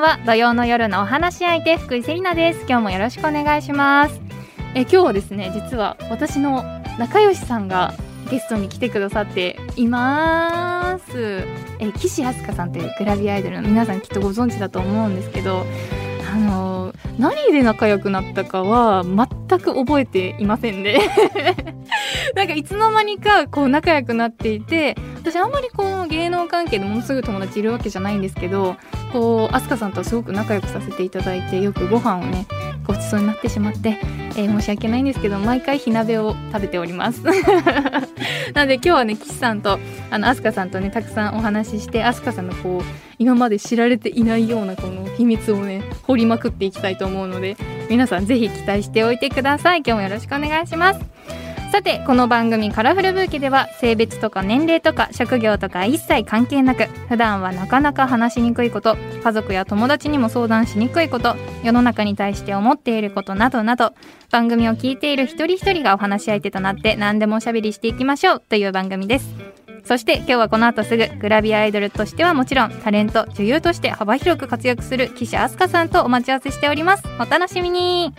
は土曜の夜のお話し相手福井セリナです。今日もよろしくお願いします。今日はですね、実は私の仲良しさんがゲストに来てくださっています。岸明日香さんというグラビアアイドルの皆さんきっとご存知だと思うんですけど、何で仲良くなったかは全く覚えていませんねなんかいつの間にかこう仲良くなっていて、私あんまりこう芸能関係でものすぐ友達いるわけじゃないんですけど、こう飛鳥さんとはすごく仲良くさせていただいて、よくご飯をねごちそうになってしまって、申し訳ないんですけど毎回火鍋を食べておりますなので今日はね、岸さんと飛鳥さんとねたくさんお話しして、飛鳥さんのこう今まで知られていないようなこの秘密をね掘りまくっていきたいと思うので、皆さんぜひ期待しておいてください。今日もよろしくお願いします。さて、この番組カラフルブーケでは性別とか年齢とか職業とか一切関係なく、普段はなかなか話しにくいこと、家族や友達にも相談しにくいこと、世の中に対して思っていることなどなど、番組を聞いている一人一人がお話し相手となって何でもおしゃべりしていきましょうという番組です。そして今日はこの後すぐグラビアアイドルとしてはもちろんタレント、女優として幅広く活躍する岸明日香さんとお待ち合わせしております。お楽しみに。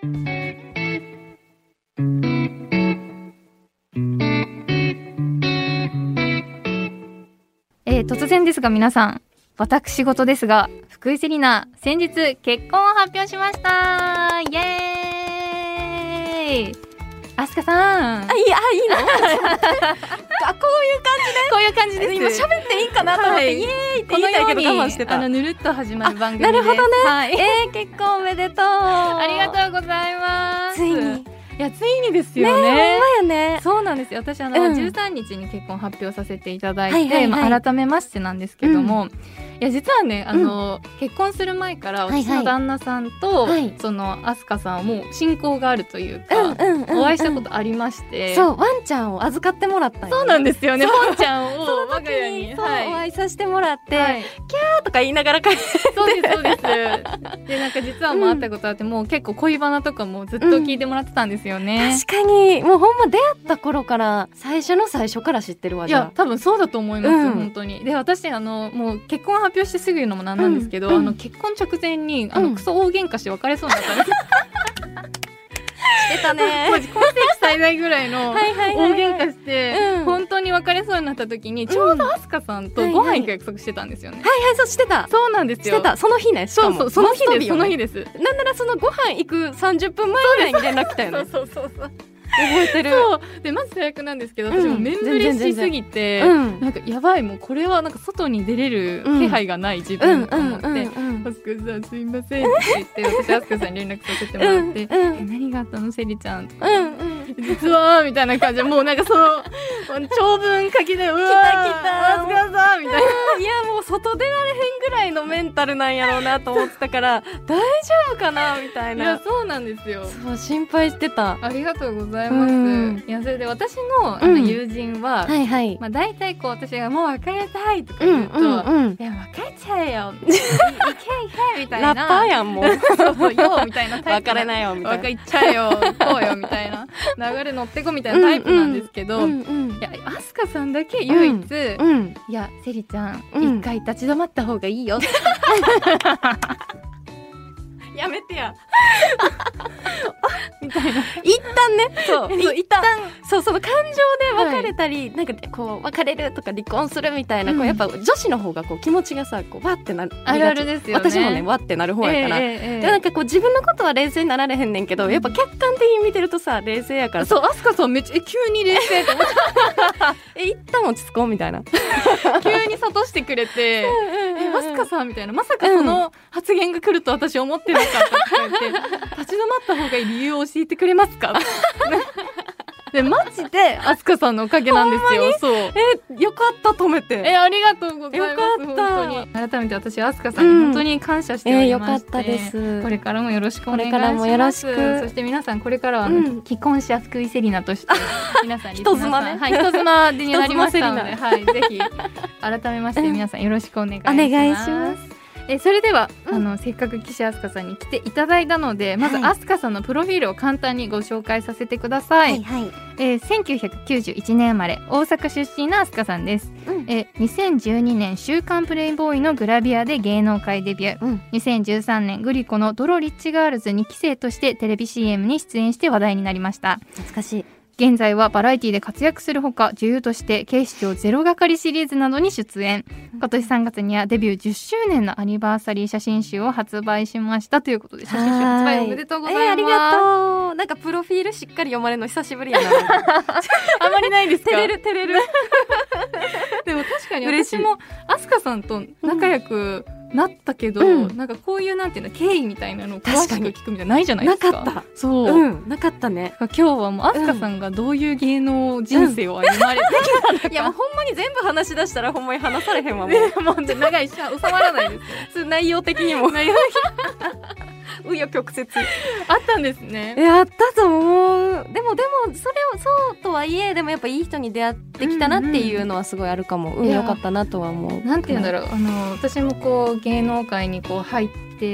突然ですが皆さん、私事ですが、福井セリナ先日結婚を発表しました。イエーイ。飛鳥さん、いいのこういう感じです。 今喋っていいかなと思って、はい、イエーイって言いたいけど我慢してた。 ぬるっと始まる番組です。 なるほどね、 はい、 結婚おめでとう。 ありがとうございます。 ついに、 いやついにですよね。 ほんまやね。 そうなんですよ。私13日に結婚発表させていただいて、改めましてなんですけども、いや実はね、結婚する前から私の旦那さんと、その飛鳥さんはもう親交があるというか、お会いしたことありまして、 そう、ワンちゃんを預かってもらったんよね。 そうなんですよね。ポンちゃんを我が家にお会いさせてもらって、キャーとか言いながら帰って。 そうですそうです。でなんか実はもう会ったことあって、もう結構恋バナとかもずっと聞いてもらってたんですよね。 確かにもうほんま出会った頃から最初から知ってるわ。 いや多分そうだと思います、本当に。で私もう結婚発表してすぐ言うのもなんなんですけど、結婚直前にクソ大喧嘩して別れそうになったんですしてたね。 今世紀最大ぐらいの大喧嘩して、本当に別れそうになった時に、ちょうど飛鳥さんとご飯行く約束してたんですよね。 そうしてた。 そうなんですよ。 してた。その日ね。しかもそうその日です。その日です。 なんならそのご飯行く30分前ぐらいに連絡来たよね。 そう覚えてる。 そうでまず最悪なんですけど、私も面ぶれしすぎて、なんかやばい、もうこれはなんか外に出れる気配がない自分と思って、飛鳥さんすいませんって言って、私飛鳥さんに連絡させてもらって何があったのセリちゃんとか、実はみたいな感じで、もうなんかその長文書きで、うわー来た飛鳥さんみたいな、いやもう外出られへんぐらいのメンタルなんやろうなと思ってたから大丈夫かなみたいな。 いやそうなんですよ。 そう心配してた。 ありがとうございます。いやそれで私の友人は、まあ大体こう私がもう別れたいとか言うと、いや別れちゃえよいけみたいな、 ラッパーやんもうそうよみたいなタイプ、 別れなよみたいな、 別れちゃえよこうよみたいな流れ乗ってこみたいなタイプなんですけど、いや飛鳥さんだけ唯一、いやセリちゃん一回立ち止まった方がいいよやめてやみたいな、 一旦ね、 一旦その感情で別れたり、なんかこう別れるとか離婚するみたいな、こうやっぱ女子の方がこう気持ちがさこうわってなる、 あるあるですよね。 私もねわってなる方やから、でなんかこう自分のことは冷静になられへんねんけど、やっぱ客観的に見てるとさ冷静やから、 そう飛鳥さんめっちゃ急に冷静と思って一旦落ち着こうみたいな急に諭してくれて飛鳥さんみたいな、まさかその発言が来ると私思ってなかったとか言って、立ち止まった方がいい理由を教えてくれますかでマジで飛鳥さんのおかげなんですよ。そうよかった止めて、 ありがとうございます。 よかった。 本当に改めて私飛鳥さんに本当に感謝しておりまして、 よかったです。 これからもよろしくお願いします。 これからもよろしく。 そして皆さんこれからは既婚者福井セリナとして皆さん人妻ね、 はい、人妻になりましたので、はい、ぜひ改めまして皆さんよろしくお願いします。 それでは、 うんせっかく岸あすかさんに来ていただいたので、まずはいあすかさんのプロフィールを簡単にご紹介させてください。 はい 1991年生まれ、大阪出身のあすかさんです。 うん 2012年週刊プレイボーイのグラビアで芸能界デビュー、 うん 2013年グリコのドロリッチガールズ2期生としてテレビ CM に出演して話題になりました。 懐かしい。 現在はバラエティで活躍するほか、女優として警視庁ゼロ係シリーズなどに出演。今年3月にはデビュー10周年のアニバーサリー写真集を発売しましたということで、写真集発売おめでとうございます。 ありがとう。なんかプロフィールしっかり読まれるの久しぶりやな。 あまりないですか？ 照れるでも確かに嬉しい私もあすかさんと仲良くなったけど、 うんなんかこういうなんていうの経緯みたいなのを詳しく聞くみたいなないじゃないですか。 なかった。 そう、 うんなかったね。 今日はもうあすかさんがどういう芸能人生を歩まれてきたのか、 いやもうほんまに全部話し出したらほんまに話されへんわもう。 ね、もう長いし収まらないです内容的にも内容紆余曲折あったんですね。 あったと思う。でもそれをそうとはいえでもやっぱいい人に出会ってきたなっていうのはすごいあるかも。良かったなとは思う。 なんていうんだろう、私もこう芸能界にこう入って、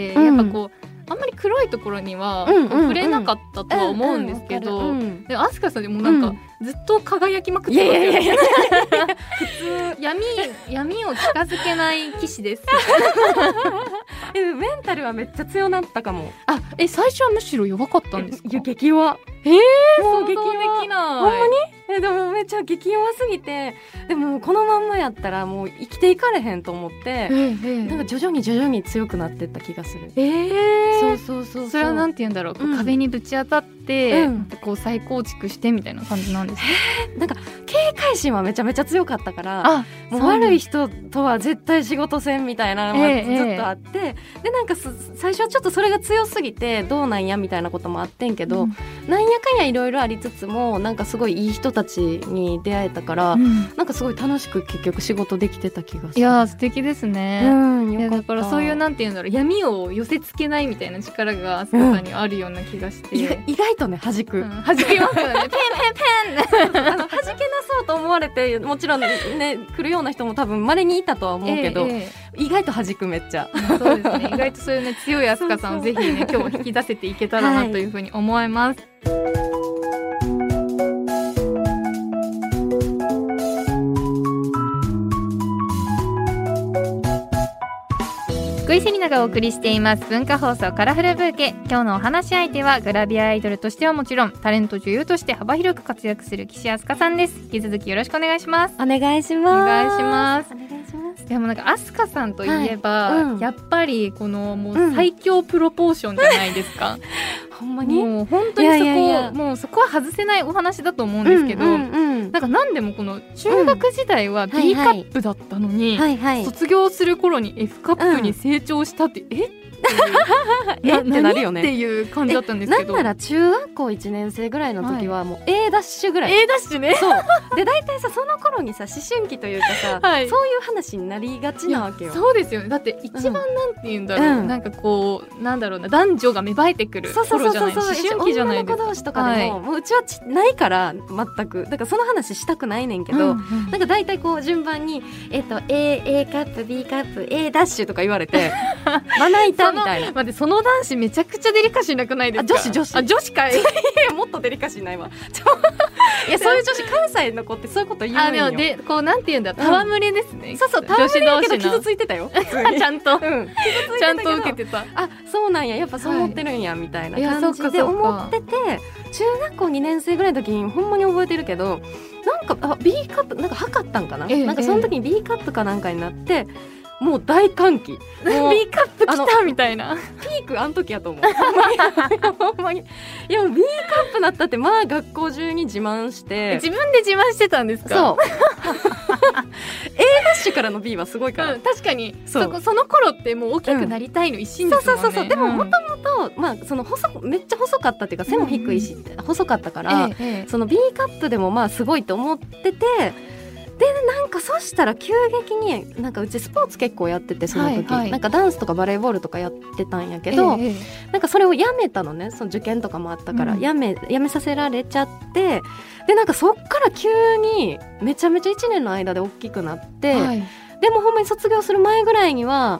うんやっぱこうあんまり黒いところにはうんうんうんこう触れなかったとは思うんですけど、 うんうんでアスカさんでもなんか、ずっと輝きまくっいやてますよいやいやいや普通闇を近づけない騎士ですメンタルはめっちゃ強なったかも。 あ、最初はむしろ弱かったんですか？ いや激弱。 ももうう激弱できない。 ほんまにでもめっちゃ激弱すぎて、でもこのまんまやったらもう生きていかれへんと思って、なんか徐々に強くなってった気がする。そうそれはなんて言うんだろう、こううん壁にぶち当たって、 うんこう再構築してみたいな感じなんですね。 なんか警戒心はめちゃめちゃ強かったから、 あ、 もう悪い人とは絶対仕事せんみたいなのがええずっとあって、でなんか最初はちょっとそれが強すぎてどうなんやみたいなこともあってんけど、なんやかんやいろいろありつつもなんかすごいいい人たちに出会えたから、なんかすごい楽しく結局仕事できてた気がする。 いやー素敵ですね。いやよかった。 だからそういうなんて言うんだろう、闇を寄せつけないみたいな力がアスカさんにはあるような気がして、 意外とね弾く、 弾きますよね。ペン弾けなそうと思われてもちろんね来るような人も多分稀にいたとは思うけど、意外と弾くめっちゃ。 そうですね。意外とそういうね強いアスカさんをぜひね今日引き出せていけたらなというふうに思います。福井セリナがお送りしています文化放送カラフルブーケ。今日のお話し相手はグラビアアイドルとしてはもちろんタレント女優として幅広く活躍する岸あすかさんです。引き続きよろしくお願いします。 お願いします。 お願いします。 お願いします。 でもなんかアスカさんといえば、 はいうんやっぱりこのもう最強プロポーションじゃないですか。 ほんまにもう本当にそこいやいやいやもうそこは外せないお話だと思うんですけど、なんか何でもこの中学時代は B カップだったのに、 はいはい、 卒業する頃に F カップに成長したって、 えってなるよねっていう感じだったんですけど、 なんなら中学校1年生ぐらいの時はもう A ダッシュぐらい、 A ダッシュね。 そうで大体さその頃にさ思春期というかさ、 はいそういう話になりがちなわけよ。 そうですよね。だって一番なんて言うんだろう、なんかこうなんだろうな、男女が芽生えてくる頃じゃない、思春期じゃないですか。 女の子同士とかでも、もううちはないから全くだからその話したくないねんけど、なんか大体こう順番にA カップ B カップ A ダッシュとか言われてまな板みたいな。 待って、その男子めちゃくちゃデリカシーなくないですか？ 女子女子かい。 もっとデリカシーないわ。いやそういう女子関西の子ってそういうこと言うんよ。 でこうなんて言うんだ、戯れですね。 そう戯れやけど傷ついてたよ。 ちゃんと、ちゃんと受けてた。 あ、そうなんや、やっぱそう思ってるんやみたいな感じで思ってて、中学校2年生ぐらいの時にほんまに覚えてるけど、なんかB カップなんか測ったんかな、なんかその時に B カップかなんかになって。もう大歓喜。 B カップ来たみたいな。 ピークあの時やと思う。ほんまに。いやもう B カップなったってまあ学校中に自慢して。 自分で自慢してたんですか？ そう。A ダッシュからの B はすごいから。 確かにその頃ってもう大きくなりたいの一心ですもんね。 そう。でももともとまあそのめっちゃ細かったっていうか背も低いし細かったから、その B カップでもまあすごいと思ってて。でなんかそしたら急激になんかうちスポーツ結構やっててその時、なんかダンスとかバレーボールとかやってたんやけど、なんかそれをやめたのね。その受験とかもあったから、やめさせられちゃって、でなんかそっから急にめちゃめちゃ1年の間で大きくなって、ででもほんまに卒業する前ぐらいには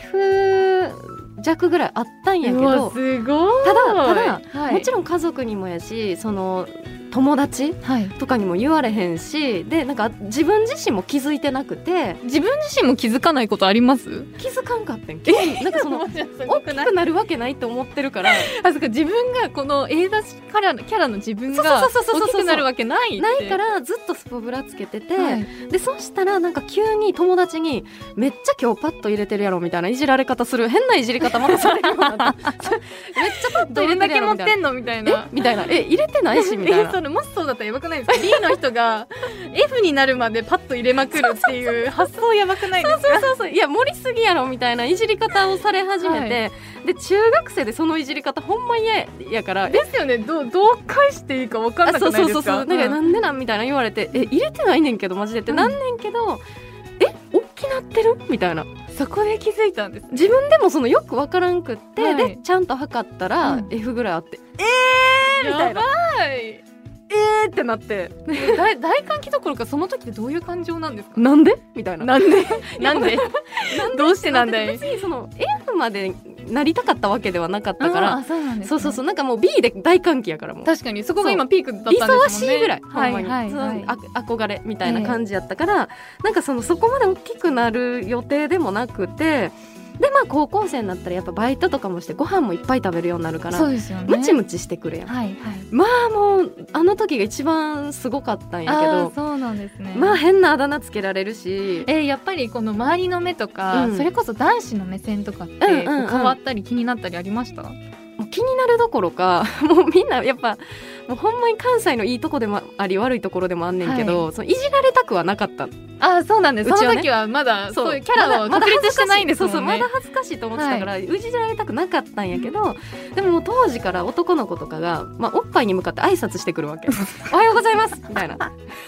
F 弱ぐらいあったんやけど、 すごい。 ただ、 はい、 もちろん家族にもやしその友達とかにも言われへんし、でなんか自分自身も気づいてなくて、 自分自身も気づかないことあります？ 気づかんかったんなんかその大きくなるわけないと思ってるからあ、そうか、自分がこの映画キャラの自分が大きくなるわけないからずっとスポブラつけてて、 はい、 でそしたらなんか急に友達にめっちゃ今日パッと入れてるやろみたいないじられ方する、変ないじり方またされるようになってめっちゃパッと入れてるやろみたいな、 どんだけ持ってんのみたいな入れてないしみたいなそれもしそうだったらやばくないですか？ B の人が F になるまでパッと入れまくるっていう発想やばくないですか？ そういや盛りすぎやろみたいないじり方をされ始めて、はい、で中学生でそのいじり方ほんま嫌やからですよね。どう返していいか分かんなくないですか？ なんでなんみたいな言われて、入れてないねんけどマジでってなんねんけど、大きなってるみたいな、 そこで気づいたんです、 自分でもそのよく分からんくって、 はい、 でちゃんと測ったら F ぐらいあって、みたいな、 やばいってなって大歓喜どころかその時ってどういう感情なんですか？ なんでみたいな、 なんでどうしてなんだい。 別にその F までなりたかったわけではなかったから、 そうなんですね、 そうなんかもう B で大歓喜やから、もう確かにそこが今ピークだったんですもんね。 理想は C ぐらい、ほんまに、 はいはい、 憧れみたいな感じやったから、なんかそこまで大きくなる予定でもなくて、でまあ高校生になったらやっぱバイトとかもしてご飯もいっぱい食べるようになるから、 そうですよね、 ムチムチしてくるやん、 はいはい、 まあもうあの時が一番すごかったんやけど、 そうなんですね。 まあ変なあだ名つけられるし、 やっぱりこの周りの目とか、それこそ男子の目線とかって変わったり気になったりありました？ もう気になるどころかもうみんなやっぱもうほんまに関西のいいとこでもあり悪いところでもあんねんけど、はい、そのいじられたくはなかった。 そうなんです。その時はまだそういうキャラを確立してないんですもんね。 まだ恥ずかしいと思ってたから、いじられたくなかったんやけど、でももう当時から男の子とかが、おっぱいに向かって挨拶してくるわけおはようございますみたいなほ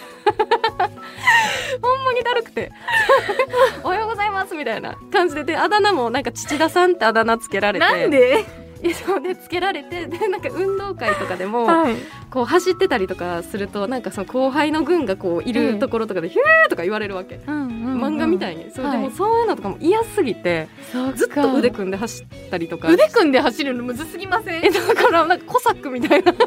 んまにだるくておはようございますみたいな感じで、あだ名もなんか父田さんってあだ名つけられて、 なんでそうでつけられて、でなんか運動会とかでも、こう走ってたりとかすると、なんかその後輩の軍がこういるところとかでヒューとか言われるわけ、漫画みたいに。それでもそういうのとかも嫌すぎて、ずっと腕組んで走ったりとか。 腕組んで走るのむずすぎません？ だからなんかコサックみたいな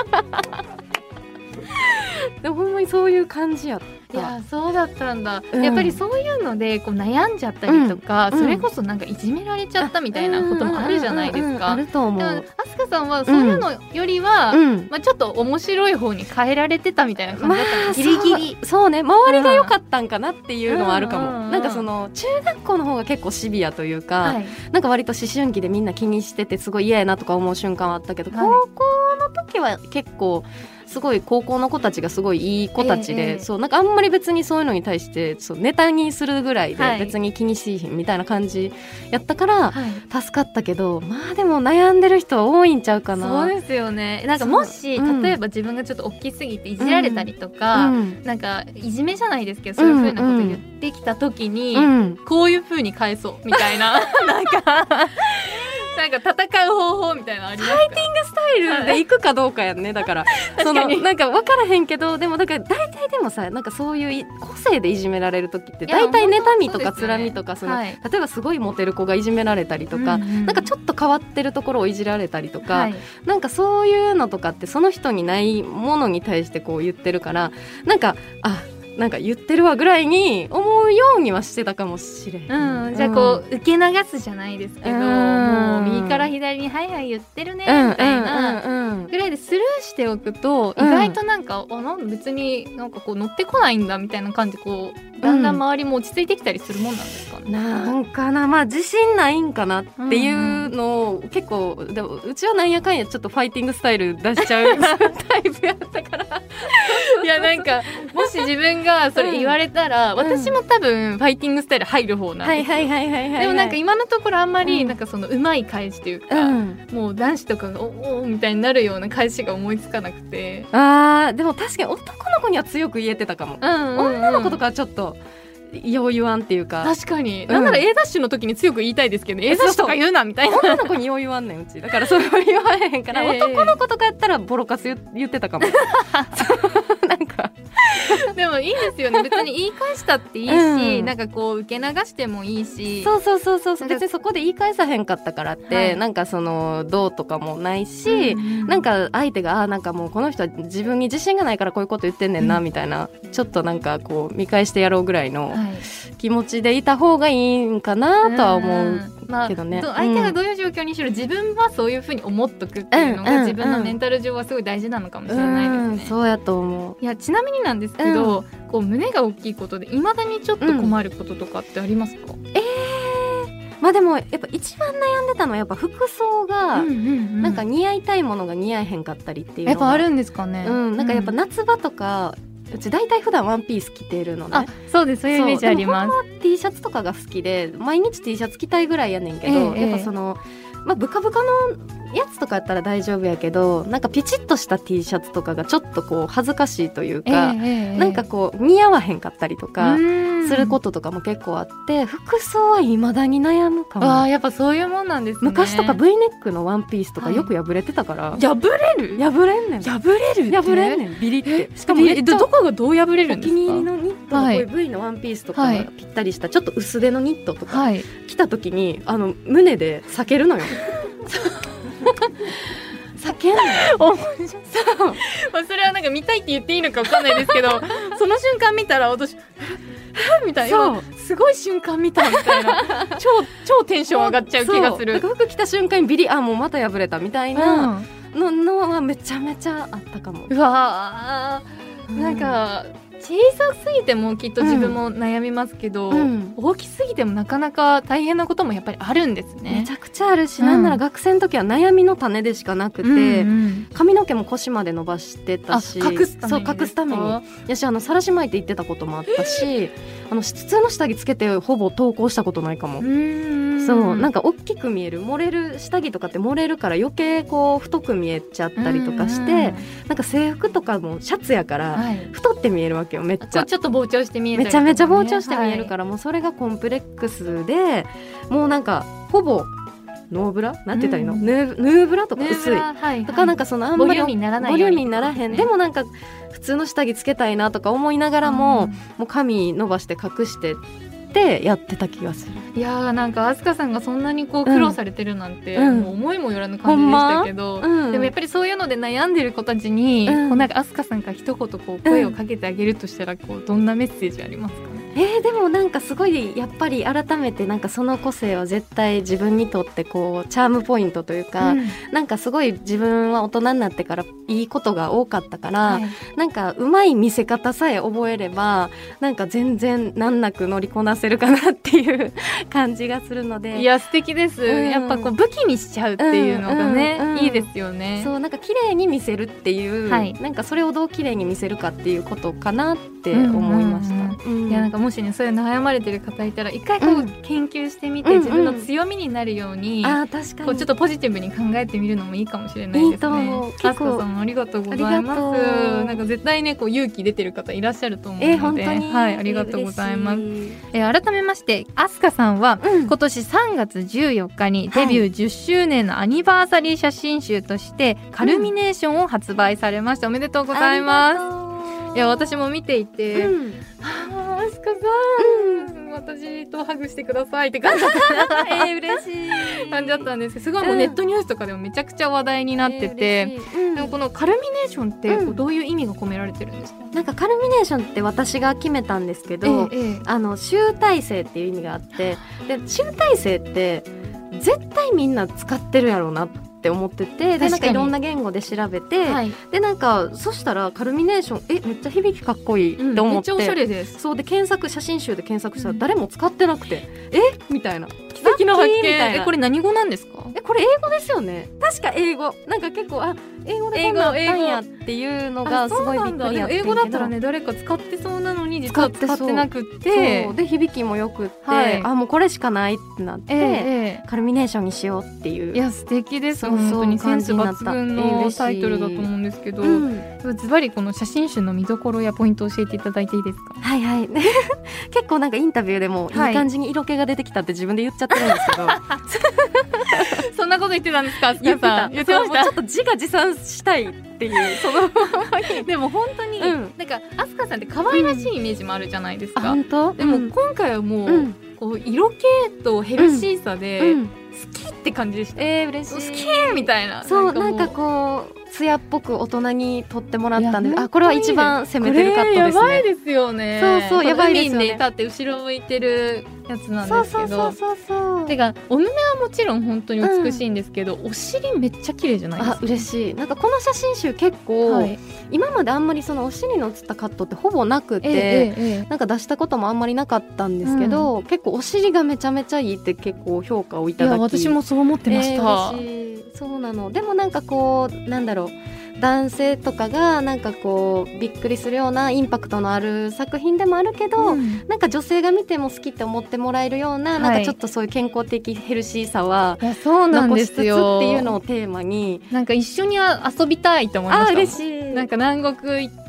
でもほんまにそういう感じやった。 いやそうだったんだ、やっぱりそういうのでこう悩んじゃったりとか、それこそなんかいじめられちゃったみたいなこともあるじゃないですか。 あると思う。 あすかさんはそういうのよりは、ちょっと面白い方に変えられてたみたいな感じだったの、ギリギリ。 そうね、周りが良かったんかなっていうのはあるかも。なんかその中学校の方が結構シビアというか、なんか割と思春期でみんな気にしててすごい嫌やなとか思う瞬間はあったけど、高校の時は結構すごい高校の子たちがすごいいい子たちで、そうなんかあんまり別にそういうのに対してそうネタにするぐらいで別に気にしひんみたいな感じやったから助かったけど、まあでも悩んでる人は多いんちゃうかな。 そうですよね。なんかもし例えば自分がちょっと大きすぎていじられたりとか、なんかいじめじゃないですけどそういう風なこと言ってきた時に、こういう風に返そうみたいななんか戦う方法みたいなのありますか？ ファイティングスタイルで行くかどうかやんね。だからそのなんか分からへんけど、でもだから大体でもさ、なんかそういう個性でいじめられる時って大体妬みとかつらみとか、その例えばすごいモテる子がいじめられたりとか、なんかちょっと変わってるところをいじられたりとか、なんかそういうのとかってその人にないものに対してこう言ってるから、なんかなんか言ってるわぐらいに思うようにはしてたかもしれん、 じゃあこう受け流すじゃないですけど、もう右から左にはいはい言ってるねみたいなぐらいでスルーしておくと、意外となんか別になんかこう乗ってこないんだみたいな感じでこうだんだん周りも落ち着いてきたりするもんなんですかね。 なんかな、まあ自信ないんかなっていうのを結構、でもうちはなんやかんやちょっとファイティングスタイル出しちゃうタイプやったからいやなんかもし自分がそれ言われたら、私も多分ファイティングスタイル入る方なんですよ。でもなんか今のところあんまりなんかそのうまい返しというか、もう男子とかがおおみたいになるような返しが思いつかなくて。 でも確かに男の子には強く言えてたかも、女の子とかはちょっとよう言わんっていうか。 確かに、なんなら A ダッシュの時に強く言いたいですけど、A ダッシュとか言うなみたいな。 女の子によう言わんねんうちだからそれは言われへんから、男の子とかやったらボロカス言ってたかもなんかでもいいですよね。別に言い返したっていいし、 うん、 なんかこう受け流してもいいし、 そう別にそこで言い返さへんかったからって、はい、なんかそのどうとかもないし、なんか相手がなんかもうこの人は自分に自信がないからこういうこと言ってんねんなみたいな、ちょっとなんかこう見返してやろうぐらいの気持ちでいた方がいいんかなとは思うけどね、 相手がどういう状況にしろ自分はそういうふうに思っとくっていうのが自分のメンタル上はすごい大事なのかもしれないですね。 そうやと思う。 いや、ちなみになんですけど、こう胸が大きいことで未だにちょっと困ることとかってありますか？ まあでもやっぱ一番悩んでたのはやっぱ服装がなんか似合いたいものが似合えへんかったりっていうのがやっぱあるんですかね。 なんかやっぱ夏場とかうち大体普段ワンピース着てるのね。 あ、そうです、そういうイメージあります。 でもほんま T シャツとかが好きで毎日 T シャツ着たいぐらいやねんけど、やっぱそのブカブカのやつとかやったら大丈夫やけど、なんかピチッとした T シャツとかがちょっとこう恥ずかしいというか、なんかこう似合わへんかったりとかすることとかも結構あって、服装は未だに悩むかも。 やっぱそういうもんなんですね。 昔とか V ネックのワンピースとかよく破れてたから、 破れる？ 破れんねんビリって。しかもどこがどう破れるんですか？お気に入りのニットのこういう V のワンピースとかぴったりしたちょっと薄手のニットとか着た時に胸で裂けるのよ。叫んでそれはなんか見たいって言っていいのか分かんないですけどその瞬間見たら私みたいな、すごい瞬間見たみたいな超テンション上がっちゃう気がする。 服着た瞬間にビリもうまた破れたみたいなのはめちゃめちゃあったかも。 うわー、なんか小さすぎてもきっと自分も悩みますけど、大きすぎてもなかなか大変なこともやっぱりあるんですね。 めちゃくちゃあるし、なんなら学生の時は悩みの種でしかなくて、髪の毛も腰まで伸ばしてたし、 隠すためにやしさらし巻いて行ってたこともあったし普通の下着つけてほぼ登校したことないかも。そうなんか大きく見える、漏れる下着とかって漏れるから余計こう太く見えちゃったりとかして、なんか制服とかもシャツやから太って見えるわけよ。めっちゃちょっと膨張して見えたりめちゃめちゃ膨張して見えるから、もうそれがコンプレックスで、もうなんかほぼノーブラなんて言ったらいいの、ヌーブラとか薄いとか、なんかそのあんまりボリューミーにならないようにボリューミーにならへん、でもなんか普通の下着つけたいなとか思いながらも、もう髪伸ばして隠してってやってた気がする。 いやー、なんか飛鳥さんがそんなにこう苦労されてるなんて、もう思いもよらぬ感じでしたけど、でもやっぱりそういうので悩んでる子たちに、こうなんか飛鳥さんから一言こう声をかけてあげるとしたら、こうどんなメッセージありますかね？ でもなんかすごいやっぱり改めてなんかその個性は絶対自分にとってこうチャームポイントというか、なんかすごい自分は大人になってからいいことが多かったから、なんかうまい見せ方さえ覚えればなんか全然難なく乗りこなせるかなっていう感じがするので。 いや素敵です、やっぱこう武器にしちゃうっていうのがね、いいですよね。 そうなんか綺麗に見せるっていう、なんかそれをどう綺麗に見せるかっていうことかなって思いました。 いやなんかもしねそういう悩まれてる方いたら一回こう研究してみて、自分の強みになるように、 確かにこうちょっとポジティブに考えてみるのもいいかもしれないですね。いいと思う。飛鳥さんありがとうございます。なんか絶対ねこう勇気出てる方いらっしゃると思うので、 本当に、 ありがとうございます。改めまして飛鳥さんは、今年3月14日にデビュー10周年のアニバーサリー写真集としてカルミネーションを発売されました。おめでとうございます。いや私も見ていて、飛鳥さん、私とハグしてくださいって感じだった嬉しい感じだったんですけど、すごいもうネットニュースとかでもめちゃくちゃ話題になってて、でもこのカルミネーションってこうどういう意味が込められてるんですか？ なんかカルミネーションって私が決めたんですけど、集大成っていう意味があって、で集大成って絶対みんな使ってるやろうなって思ってて、でなんかいろんな言語で調べて、でなんかそしたらカルミネーションめっちゃ響きかっこいいって思って、 めっちゃおしゃれです。 そうで写真集で検索したら誰も使ってなくて、みたいな奇跡の発見。これ何語なんですか？ これ英語ですよね。確か英語。なんか結構英語でこんなあったんやっていうのがすごいびっくりやってんけど、 英語だったらね誰か使ってそうなのに実は使ってなくってで響きもよくって、もうこれしかないってなって、カルミネーションにしようっていう。 いや素敵です。本当にセンス抜群のタイトルだと思うんですけど、ズバリこの写真集の見どころやポイントを教えていただいていいですか？ 結構なんかインタビューでもいい感じに色気が出てきたって自分で言っちゃってるるんですけどそんなこと言ってたんですか、飛鳥さん。 言ってました。ちょっと自画自賛したいっていうそのでも本当に、なんか飛鳥さんって可愛らしいイメージもあるじゃないですか。 本当？ でも今回はもう、こう色気とヘルシーさで、好きって感じでした。嬉しい。好きみたいな。 そう、なんかこう艶っぽく大人に撮ってもらったんで、これは一番攻めてるカットですね。 これやばいですよね。 そうやばいですよね。 海に立って後ろ向いてるやつなんですけど、てかお胸はもちろん本当に美しいんですけど、お尻めっちゃ綺麗じゃないですか。 嬉しい。なんかこの写真集結構、今まであんまりそのお尻の写ったカットってほぼなくて、なんか出したこともあんまりなかったんですけど、結構お尻がめちゃめちゃいいって結構評価をいただき、 私もそう思ってました。 そうなの。でもなんかこうなんだろう、男性とかがなんかこうびっくりするようなインパクトのある作品でもあるけど、なんか女性が見ても好きって思ってもらえるような、なんかちょっとそういう健康的ヘルシーさは残しつつっていうのをテーマに、 なんか一緒に遊びたいと思いました。 嬉しい。 なんか南国行って、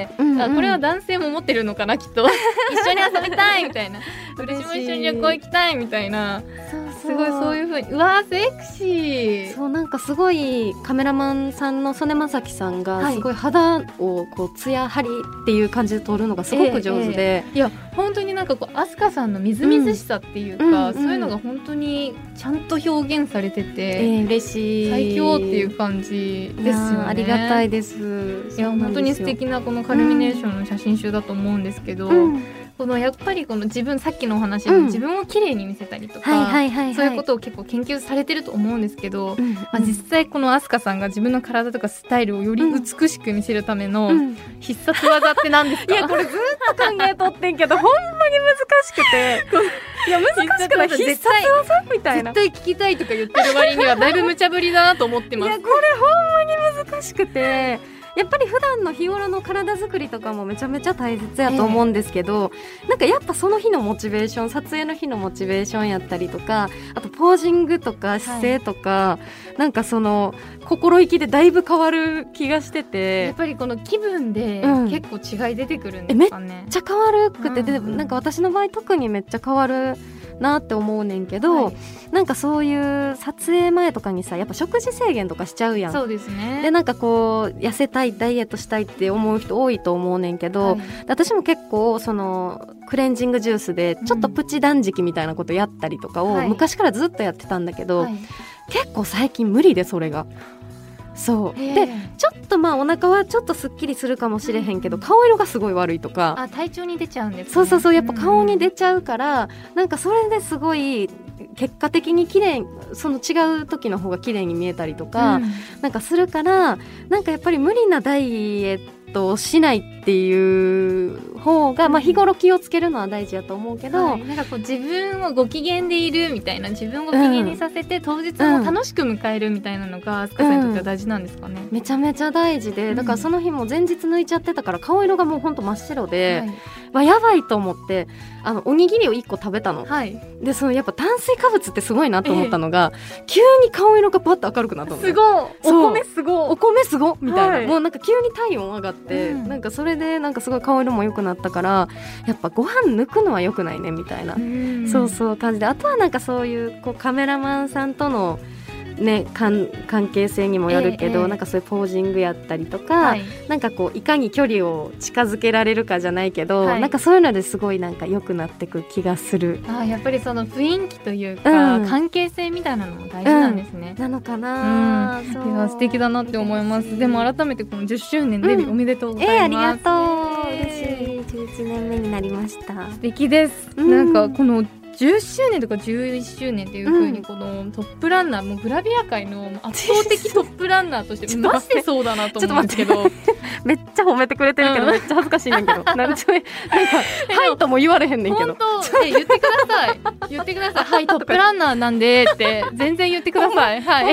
これは男性も持ってるのかなきっと一緒に遊びたいみたいな私も一緒に旅行行きたいみたいな、すごいそういう風に、うわーセクシー。 そう、なんかすごいカメラマンさんの曽根正樹さんがすごい肌をこうツヤ張りっていう感じで撮るのがすごく上手で、 いや本当になんかこう飛鳥さんのみずみずしさっていうか、そういうのが本当にちゃんと表現されてて、 嬉しい、 最強っていう感じですよね。 ありがたいです。 いや本当に素敵なこのカルミネーションの写真集だと思うんですけど、このやっぱりこの自分、さっきのお話で自分を綺麗に見せたりとか、そういうことを結構研究されてると思うんですけど、実際この飛鳥さんが自分の体とかスタイルをより美しく見せるための必殺技って何ですか？ いやこれずっと考えとってんけどほんまに難しくていや難しくない、必殺技みたいな、 絶対聞きたいとか言ってる割にはだいぶ無茶ぶりだなと思ってます。 いやこれほんまに難しくて、やっぱり普段の日頃の体作りとかもめちゃめちゃ大切やと思うんですけど、なんかやっぱその日のモチベーション、撮影の日のモチベーションやったりとか、あとポージングとか姿勢とか、なんかその心意気でだいぶ変わる気がしてて、 やっぱりこの気分で結構違い出てくるんですかね。 めっちゃ変わるくて、でなんか私の場合特にめっちゃ変わるなって思うねんけど、なんかそういう撮影前とかにさ、やっぱ食事制限とかしちゃうやん。 そうですね。 でなんかこう痩せたい、ダイエットしたいって思う人多いと思うねんけど、私も結構そのクレンジングジュースでちょっとプチ断食みたいなことやったりとかを昔からずっとやってたんだけど、結構最近無理で、それがそうでちょっとまあお腹はちょっとすっきりするかもしれへんけど、顔色がすごい悪いとか、 体調に出ちゃうんですね。 そうやっぱ顔に出ちゃうから、なんかそれですごい結果的に綺麗、その違う時の方が綺麗に見えたりとか、なんかするから、なんかやっぱり無理なダイエットをしないっていう方が、まあ、日頃気をつけるのは大事やと思うけど、 なんかこう自分をご機嫌でいるみたいな、自分をご機嫌にさせて、当日も楽しく迎えるみたいなのが飛鳥さんにとっては大事なんですかね。 めちゃめちゃ大事で、だからその日も前日抜いちゃってたから顔色がもうほんと真っ白で、やばいと思っておにぎりを1個食べたの、でそのやっぱ炭水化物ってすごいなと思ったのが、急に顔色がパッと明るくなったの、ね、 すごい、お米すごみたいな、もうなんか急に体温上がって、なんかそれでなんかすごい顔色も良くなったから、やっぱご飯抜くのは良くないねみたいな、そう感じで、あとはなんかそういうこうカメラマンさんとのね、関係性にもよるけど、なんかそういうポージングやったりとか、なんかこういかに距離を近づけられるかじゃないけど、なんかそういうのですごいなんか良くなってく気がする。 やっぱりその雰囲気というか、関係性みたいなのも大事なんですね、 なのかな、 いや素敵だなって思います。でも改めてこの10周年デビューおめでとうございます。 ありがとう、嬉しい。11年目になりました。 素敵です、なんかこの10周年とか11周年っていう風にこのトップランナー、もうグラビア界の圧倒的トップランナーとしてマジでそうだなと思うんですけどめっちゃ褒めてくれてるけど、めっちゃ恥ずかしいねんけどなんかはいとも言われへんねんけど、 本当言ってください言ってくださいはいトップランナーなんでって全然言ってくださいはい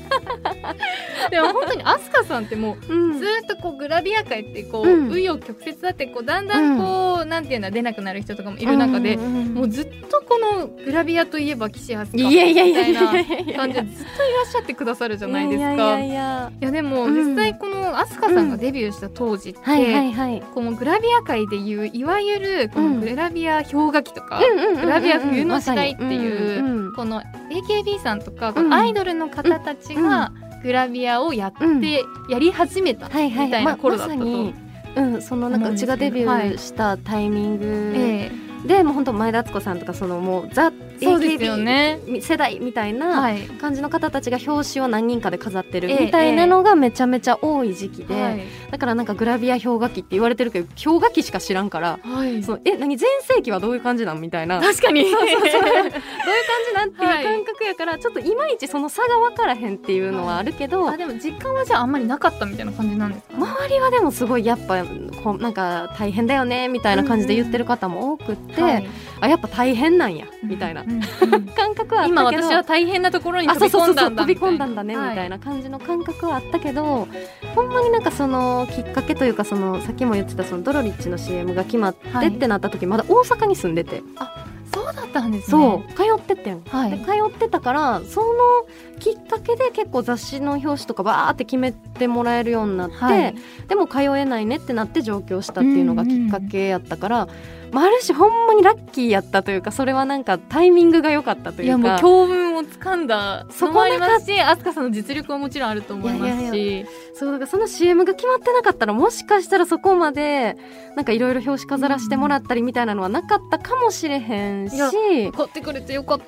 でも本当に飛鳥さんってもう、 うんずっとこうグラビア界ってこううん紆余曲折だってこうだんだんこう、なんていうの出なくなる人とかもいる中で、もうずっとこのグラビアといえば岸飛鳥いやいやいみたいやいやいやな感じでずっといらっしゃってくださるじゃないですか。 いやいやいやでもうん実際この飛鳥さんがデビューした当時って、 はいはいはいこのグラビア界でいういわゆるこのグラビア氷河期とか、グラビア冬の時代っていう、この AKB さんとかこのアイドルの方たちがグラビアをやってやり始めたみたいな頃だったと、 そのなんかうちがデビューしたタイミングでもう本当前田敦子さんとかそのもうザ AKB 世代みたいな感じの方たちが表紙を何人かで飾ってるみたいなのがめちゃめちゃ多い時期で、だからなんかグラビア氷河期って言われてるけど氷河期しか知らんから、その何全盛期はどういう感じなんみたいな、 確かにそうどういう感じなんっていう感覚やから、ちょっといまいちその差が分からへんっていうのはあるけど、 でも実感はじゃああんまりなかったみたいな感じなんですか？ 周りはでもすごいやっぱなんか大変だよねみたいな感じで言ってる方も多くって、あやっぱ大変なんやみたいな感覚はあったけど、 今私は大変なところに飛び込んだんだ飛び込んだんだねみたいな感じの感覚はあったけど、ほんまになんかそのきっかけというか、そのさっきも言ってたそのドロリッチの CM が決まってってなった時、まだ大阪に住んでて、 そうだったんですね。 そう通ってってん、で通ってたからそのきっかけで結構雑誌の表紙とかバーって決めてもらえるようになって、でも通えないねってなって上京したっていうのがきっかけやったから、ある種ほんまにラッキーやったというか、それはなんかタイミングが良かったというか、 いやもう強運をつかんだそこもありますし、飛鳥さんの実力はもちろんあると思いますし、 そうだからその CM が決まってなかったらもしかしたらそこまでなんかいろいろ表紙飾らせてもらったりみたいなのはなかったかもしれへんし、 買ってくれてよかった。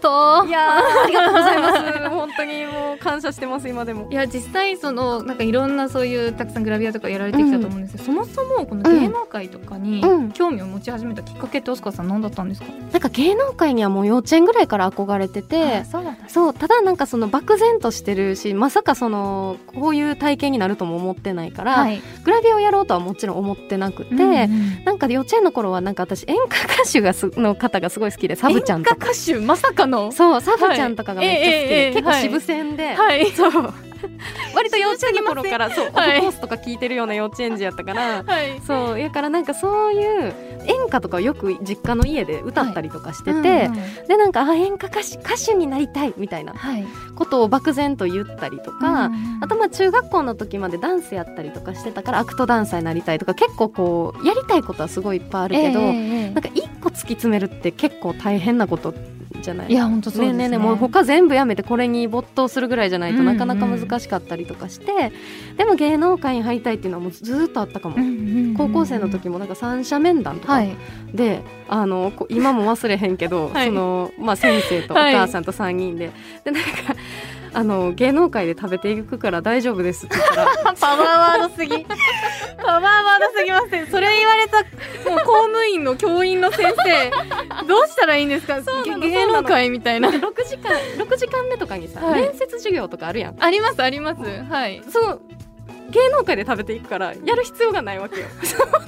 いやありがとうございます本当にもう感謝してます今でも。 いや実際そのなんかいろんなそういうたくさんグラビアとかやられてきたと思うんですけど、そもそもこの芸能界とかに興味を持ち始めたきっかけって飛鳥さん何だったんですか？ なんか芸能界にはもう幼稚園ぐらいから憧れてて、そうただなんかその漠然としてるし、まさかそのこういう体験になるとも思ってないから、グラビアをやろうとはもちろん思ってなくて、なんか幼稚園の頃はなんか私演歌歌手の方がすごい好きで、サブちゃんとか。 演歌歌手まさかの、 そうサブちゃんとかがめっちゃ好きで、結構渋線で、そう割と幼稚園の頃からそうオフコースとか聞いてるような幼稚園児やったから、そうやからなんかそういう演歌とかをよく実家の家で歌ったりとかしてて、でなんか演歌歌手になりたいみたいなことを漠然と言ったりとか、あとまあ中学校の時までダンスやったりとかしてたからアクトダンサーになりたいとか、結構こうやりたいことはすごいいっぱいあるけど、なんか一個突き詰めるって結構大変なことじゃない？ いや本当そうですね。 もう他全部やめてこれに没頭するぐらいじゃないとなかなか難しかったりとかして、でも芸能界に入りたいっていうのはもうずっとあったかも。高校生の時もなんか三者面談とかで、今も忘れへんけど、その先生とお母さんと3人で、でなんか芸能界で食べていくから大丈夫ですって言ったらパワーワードすぎパワーワードすぎません。それ言われたもう公務員の教員の先生どうしたらいいんですか？芸能界みたいな 6時間目とかにさ、面接授業とかあるやん。 ありますあります。 その芸能界で食べていくからやる必要がないわけよ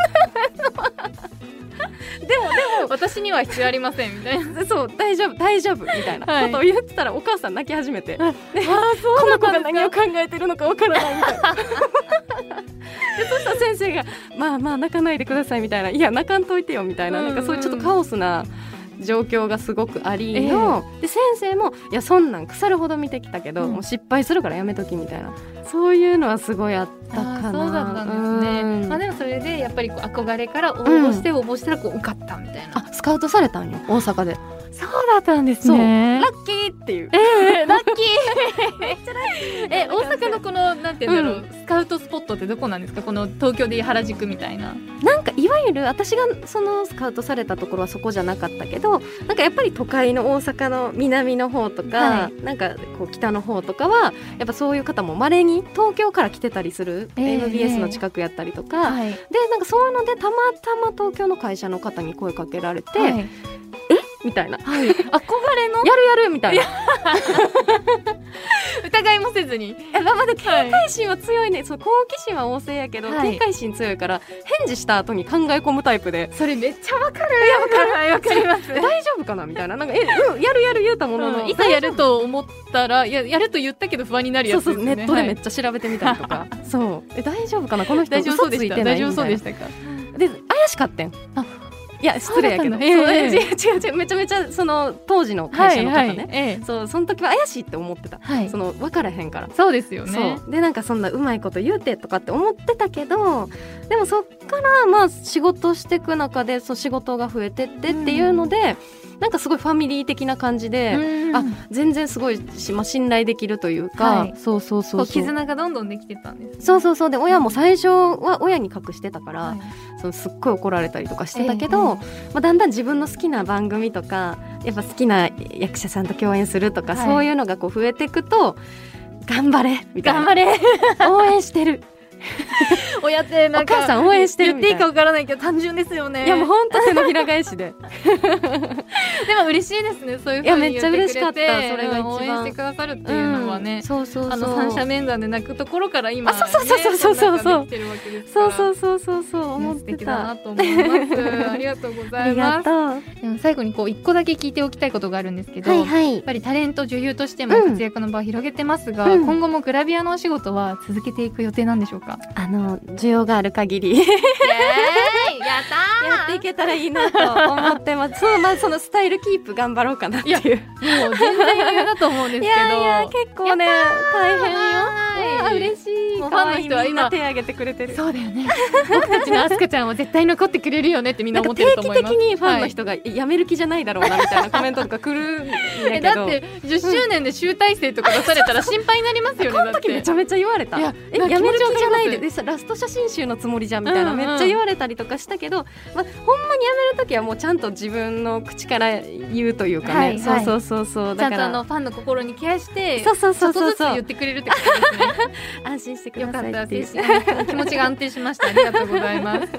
でも私には必要ありませんみたいなそう大丈夫みたいなことを言ってたら、お母さん泣き始めて、この子が何を考えてるのかわからないみたいなでそしたら先生がまあ泣かないでくださいみたいな、いや泣かんといてよみたいな、なんかそういうちょっとカオスな状況がすごくありの、で先生もいやそんなん腐るほど見てきたけど、もう失敗するからやめときみたいな、そういうのはすごいあったかな。 そうだったんですね。でもそれでやっぱりこう憧れから応募したらこう受かったみたいな。 スカウトされたんよ大阪で。 そうだったんですね。 ラッキーっていう、 ラッキーめっちゃラッキー。大阪のこのなんていうんだろう、スカウトスポットってどこなんですか？この東京で原宿みたいな。 なんかいわゆる私がそのスカウトされたところはそこじゃなかったけど、なんかやっぱり都会の大阪の南の方とか、なんかこう北の方とかはやっぱそういう方も稀に東京から来てたりする、MBS の近くやったりとか、でなんかそういうのでたまたま東京の会社の方に声かけられて、 みたいな、 はい、憧れのやるみたいな疑いもせずにまだ警戒心は強いね、そう好奇心は旺盛やけど、警戒心強いから返事した後に考え込むタイプで、 それめっちゃわかる。 わかります大丈夫かなみたいな、なんかやる言うたものの、 いざやると思ったらやると言ったけど不安になるやつですよね。 ネットでめっちゃ調べてみたりとか、そう大丈夫かなこの人嘘ついてないみたいな。 大丈夫そうでしたか。 で怪しかったん。いや失礼やけど、違うめちゃめちゃその当時の会社の方ね、その時は怪しいって思ってた、その分からへんから。 そうですよね。 でなんかそんなうまいこと言うてとかって思ってたけど、でもそっからまあ仕事していく中で仕事が増えてってっていうので、なんかすごいファミリー的な感じで、全然すごい信頼できるというか、そう絆がどんどんできてたんです、 そうで親も最初は親に隠してたから、すっごい怒られたりとかしてたけど、だんだん自分の好きな番組とかやっぱ好きな役者さんと共演するとか、そういうのがこう増えていくと、頑張れみたいな、 頑張れ応援してる親ってなんかお母さん応援してるみたいな。 言っていいか分からないけど単純ですよね。 いやもう本当手のひら返しででも嬉しいですね、そういう風に言ってくれて。いやめっちゃ嬉しかった。それが一番応援してくださるっていうのはね、 そう三者面談で泣くところから今ね、 そう思ってた。 素敵だなと思いますありがとうございます。でも最後にこう一個だけ聞いておきたいことがあるんですけど、やっぱりタレント女優としても活躍の場を広げてますが、今後もグラビアのお仕事は続けていく予定なんでしょうか？ 需要がある限りやっていけたらいいなと思ってます。そのスタイルキープ頑張ろうかなっていう。もう全然余裕だと思うんですけど、 いや結構ね大変よ。嬉しい。 ファンの人は今手挙げてくれてる。 そうだよね。僕たちのアスカちゃんは絶対残ってくれるよねってみんな思ってると思います。 定期的にファンの人がやめる気じゃないだろうなみたいなコメントとか来るんだけどだって10周年で集大成とか出されたら心配になりますよね。 この時めちゃめちゃ言われた。やめる気じゃないでラスト写真集のつもりじゃんみたいな、めっちゃ言われたりとかしたけど、ほんまにやめる時はもうちゃんと自分の口から言うというかね、そうだからちゃんとファンの心にケアしてちょっとずつ言ってくれるってことですね。 安心してくださいっていう。 よかった、気持ちが安定しました。ありがとうございます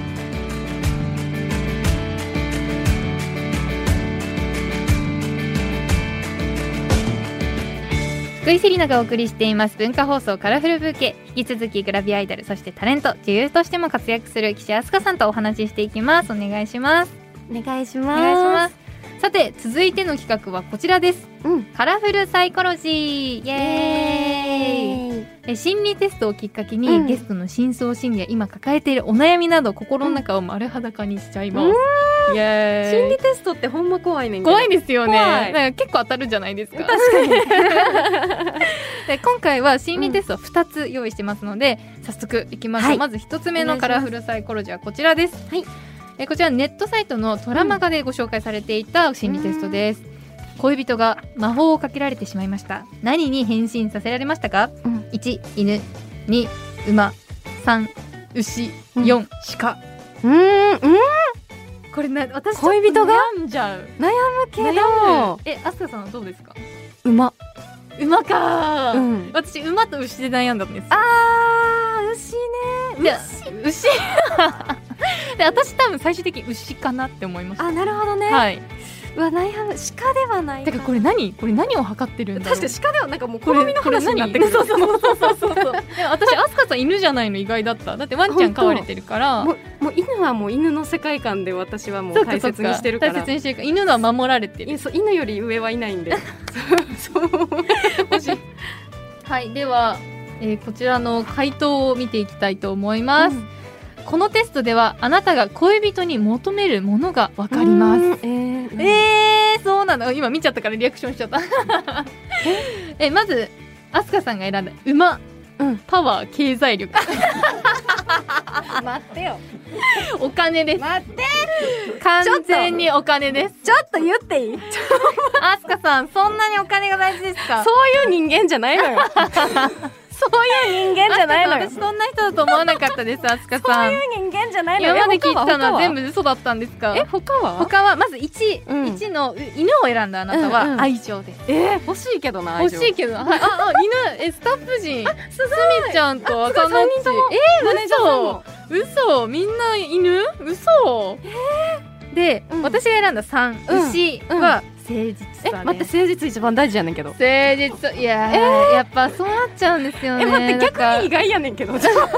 福井セリナがお送りしています文化放送カラフルブーケ。引き続きグラビアアイドル、そしてタレント女優としても活躍する岸あすかさんとお話ししていきます。お願いします。 お願いします。 さて続いての企画はこちらです、カラフルサイコロジー。イエーイ。心理テストをきっかけに、ゲストの深層心理や今抱えているお悩みなど心の中を丸裸にしちゃいます、イエーイ。 心理テストってほんま怖いねんけど。 怖いですよね。なんか結構当たるじゃないですか。 確かにで今回は心理テストを2つ用意してますので、早速いきましょう、まず1つ目のカラフルサイコロジーはこちらです。こちらネットサイトのトラマガでご紹介されていた心理テストです。恋人が魔法をかけられてしまいました。何に変身させられましたか？1、犬、2、馬、3、牛、4、鹿。これ私恋人が悩んじゃう。 悩むけど、 あすかさんはどうですか？ 馬か、私馬と牛で悩んだんです。 牛ね。 牛で私多分最終的に牛かなって思いました。 なるほどね。悩む。鹿ではない。 だからこれ何を測ってるんだろう。 確かに鹿ではなんかもう好みの話になってくる。 そうでも私あすかさん犬じゃないの意外だった。だってワンちゃん飼われてるからもう犬はもう犬の世界観で私はもう大切にしてるから。 大切にしてるから犬は守られてる。 犬より上はいないんではい、では、こちらの回答を見ていきたいと思います、このテストではあなたが恋人に求めるものがわかります。そうなの。今見ちゃったからリアクションしちゃったまずあすかさんが選んだ馬、パワー、経済力待ってよお金です。 待って完全にお金です。 ちょっと言っていい？ あすかさんそんなにお金が大事ですか？ そういう人間じゃないのよそういう人間じゃないのよ。 私そんな人だと思わなかったです。あすかさんそういう人間じゃないのよ。 今まで聞いたのは全部嘘だったんですか？ 他はまず 1の犬を選んだあなたは愛情です。 欲しいけどな。愛情欲しいけど犬スタッフ陣すみちゃんと赤のっち嘘みんな犬嘘で、私が選んだ3、牛は誠実さね。 待って、誠実一番大事やねんけど。 誠実、いややっぱそうなっちゃうんですよね。 待って、逆に意外やねんけど。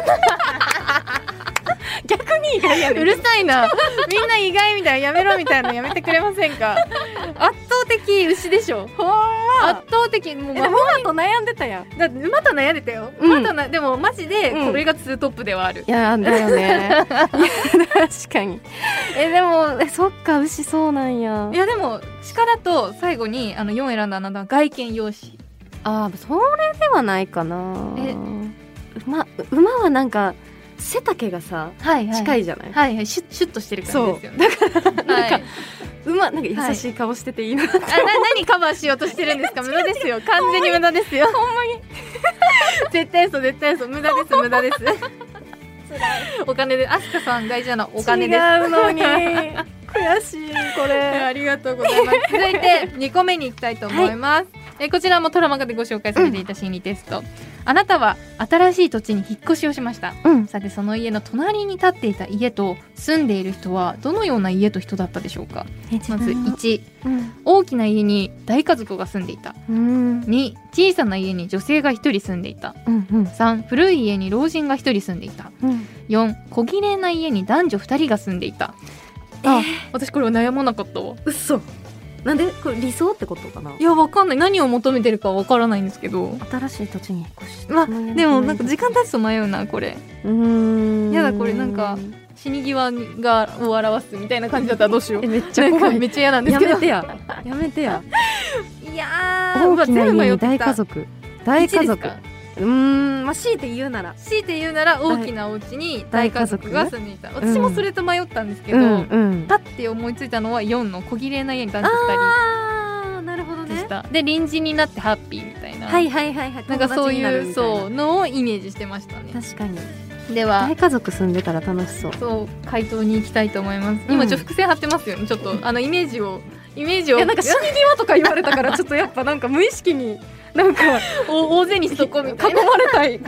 逆に意外やねん。 うるさいな。みんな意外みたいなやめろみたいなのやめてくれませんか。圧倒的牛でしょ。 ほんま。 圧倒的。もう馬と悩んでたやん。 だって馬と悩んでたよ。馬とでもマジでこれがツートップではある。 いやだよね。確かに。でもそっか、牛そうなんや。 いやでも鹿だと最後に4選んだあなたは外見容姿。 ああ、それではないかな。馬はなんか背丈がさ、近いじゃない。 はいはい、シュッとしてる感じですよね。 だからなんか馬なんか優しい顔してていいな。 何カバーしようとしてるんですか。無駄ですよ。完全に無駄ですよ。 ほんまに。 絶対そう絶対そう、無駄です無駄です。お金で、アスカさん大事なのはお金です。 違うのに。悔しいこれ。 ありがとうございます。続いて2個目に行きたいと思います。こちらもトラマガでご紹介されていた心理テスト。あなたは新しい土地に引っ越しをしました。さてその家の隣に建っていた家と住んでいる人はどのような家と人だったでしょうか。まず1、大きな家に大家族が住んでいた。2、小さな家に女性が1人住んでいた。3、古い家に老人が1人住んでいた。4、小綺麗な家に男女2人が住んでいた。私これは悩まなかったわ。 嘘。なんでこれ理想ってことかな。 いやわかんない、何を求めてるかわからないんですけど、 新しい土地に引っ越し。 でもなんか時間経つと迷うなこれ。やだこれなんか死に際がを表すみたいな感じだったらどうしよう。 めっちゃ怖い。 めっちゃ嫌なんですけど。 やめてや。やめてや。 いや大きな家に大家族。大家族。まあ強いて言うなら大きなお家に大家族が住んでいた。私もそれと迷ったんですけど、パッて思いついたのは4の小綺麗な家に男女2人。 なるほどね。 でした。で隣人になってハッピーみたいな。 はいはいはいはい。 なんかそういうそうのをイメージしてましたね。 確かに。 では大家族住んでたら楽しそう。 そう回答に行きたいと思います。今伏線張ってますよね。ちょっとイメージをいやなんか死に際とか言われたからちょっとやっぱなんか無意識になんか大勢にそこみたいな囲まれたい。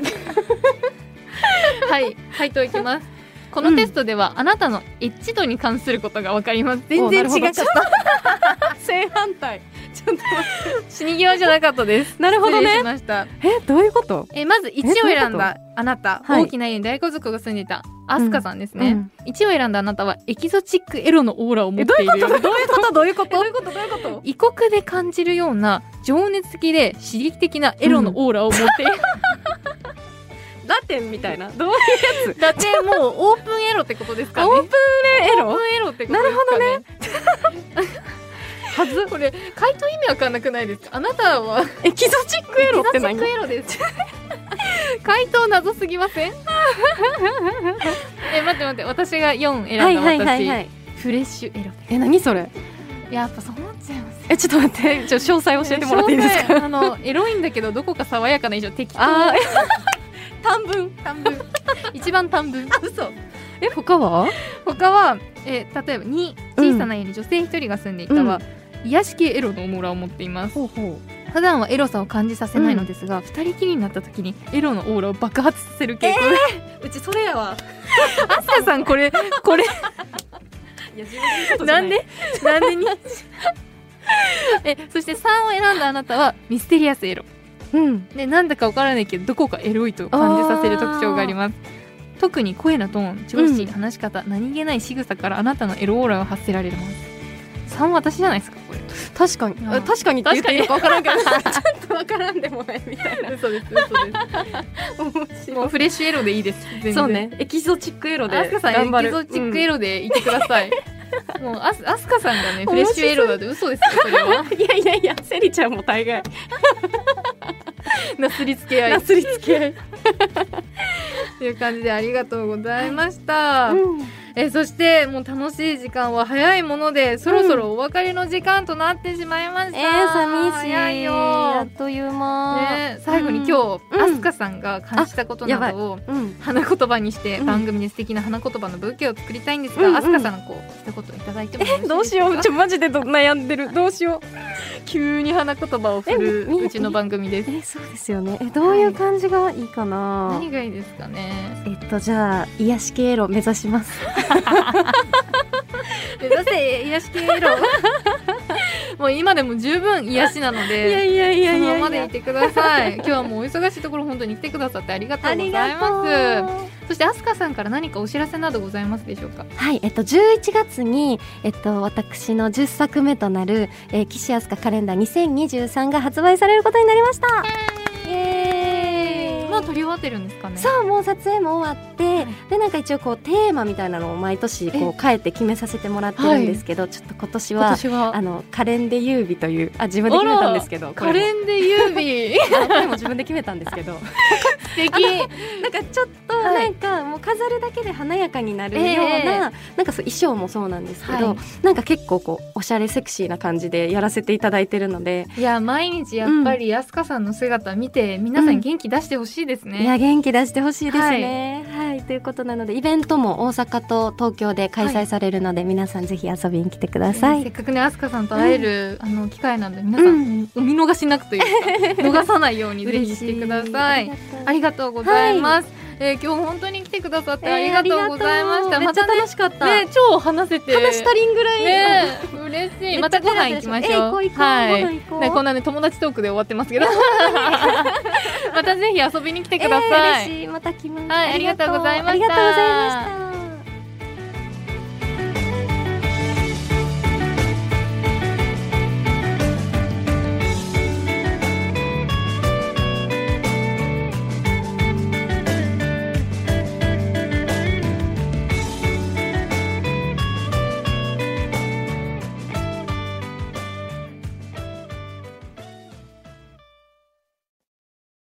はい回答いきます。このテストではあなたのエッチ度に関することが分かります。全然違かった。 正反対。ちょっと死に際じゃなかったです。 なるほどね。 失礼しました。 どういうこと。 まず1を選んだあなた、大きな家に大家族が住んでいたアスカさんですね。1を選んだあなたはエキゾチックエロのオーラを持っているよ。 どういうこと異国で感じるような情熱的で刺激的なエロのオーラを持っている。 ラテンみたいな。どういうやつ。 ラテンもうオープンエロってことですかね。 オープンエロ。 オープンエロってことですかね。 なるほどね。 はずこれ回答意味わかんなくないですか。あなたはエキゾチックエロって何。 エキゾチックエロです。回答謎すぎません。待って私が4選んだ私、フレッシュエロ。 何それ。 やっぱそうなっちゃいます。 ちょっと待って、詳細教えてもらっていいですか。 エロいんだけどどこか爽やかな以上適当。 短文一番短文。 嘘。他は例えば2、小さな家に女性1人が住んでいたは、癒し系エロのオーラを持っています。普段はエロさを感じさせないのですが、2人きりになった時にエロのオーラを爆発させる傾向で、 うちそれやわ。 アスカさんこれいやなんでにそして3を選んだあなたはミステリアスエロ、でなんだかわからないけどどこかエロいと感じさせる特徴があります。特に声のトーン、調子、話し方、何気ない仕草からあなたのエロオーラを発せられます。3私じゃないですかこれ。 確かにって言っていいのか分からんけどちょっと分からんでもないみたいな。 嘘ですもうフレッシュエロでいいです。全然そうね、エキゾチックエロでアスカさんエキゾチックエロでいてください。もうアスカさんがねフレッシュエロだって嘘ですよそれは。 いやセリちゃんも大概なすりつけ合いという感じでありがとうございました。そしてもう楽しい時間は早いものでそろそろお別れの時間となってしまいました。 寂しいよ。あっという間。 最後に今日アスカさんが感じたことなどを花言葉にして番組で素敵な花言葉のブーケを作りたいんですが、アスカさんの一言いただいてもよろしいですか。 どうしよう、マジで悩んでる。どうしよう。 急に花言葉を振るうちの番組です。 そうですよね。どういう感じがいいかな。 何がいいですかね。 じゃあ癒し系エロ目指します。 目目指せ癒し系ロもう今でも十分癒しなので、そのままでいてください。今日はもうお忙しいところ本当に来てくださってありがとうございます。そしてアスカさんから何かお知らせなどございますでしょうか。 はい、11月に、私の10作目となる、岸アスカカレンダー2023が発売されることになりました。イエーイ。 まあ撮り終わってるんですかね。 そう、もう撮影も終わって、でなんか一応こうテーマみたいなのを毎年こう変えて決めさせてもらってるんですけど、ちょっと今年はカレンデ優美という自分で決めたんですけど、 カレンデ優美これも自分で決めたんですけど素敵なんかちょっとなんかもう飾るだけで華やかになるような、なんかそう衣装もそうなんですけど、なんか結構こうおしゃれセクシーな感じでやらせていただいてるので、 いや毎日やっぱりアスカさんの姿見て、皆さん元気出してほしいですね。 いや元気出してほしいですね。はい、ということなのでイベントも大阪と東京で開催されるので、皆さんぜひ遊びに来てください。 せっかくねアスカさんと会える、機会なので皆さん、お見逃しなくというか逃さないようにぜひしてください。ありがとうございます。今日本当に来てくださってありがとうございました。 めっちゃ楽しかった。 超話せて話足りんぐらい嬉しい。またご飯行きましょう。こんなね友達トークで終わってますけどまたぜひ遊びに来てください。 嬉しい。また来ます。 はい、ありがとうございました。 ありがとうございました。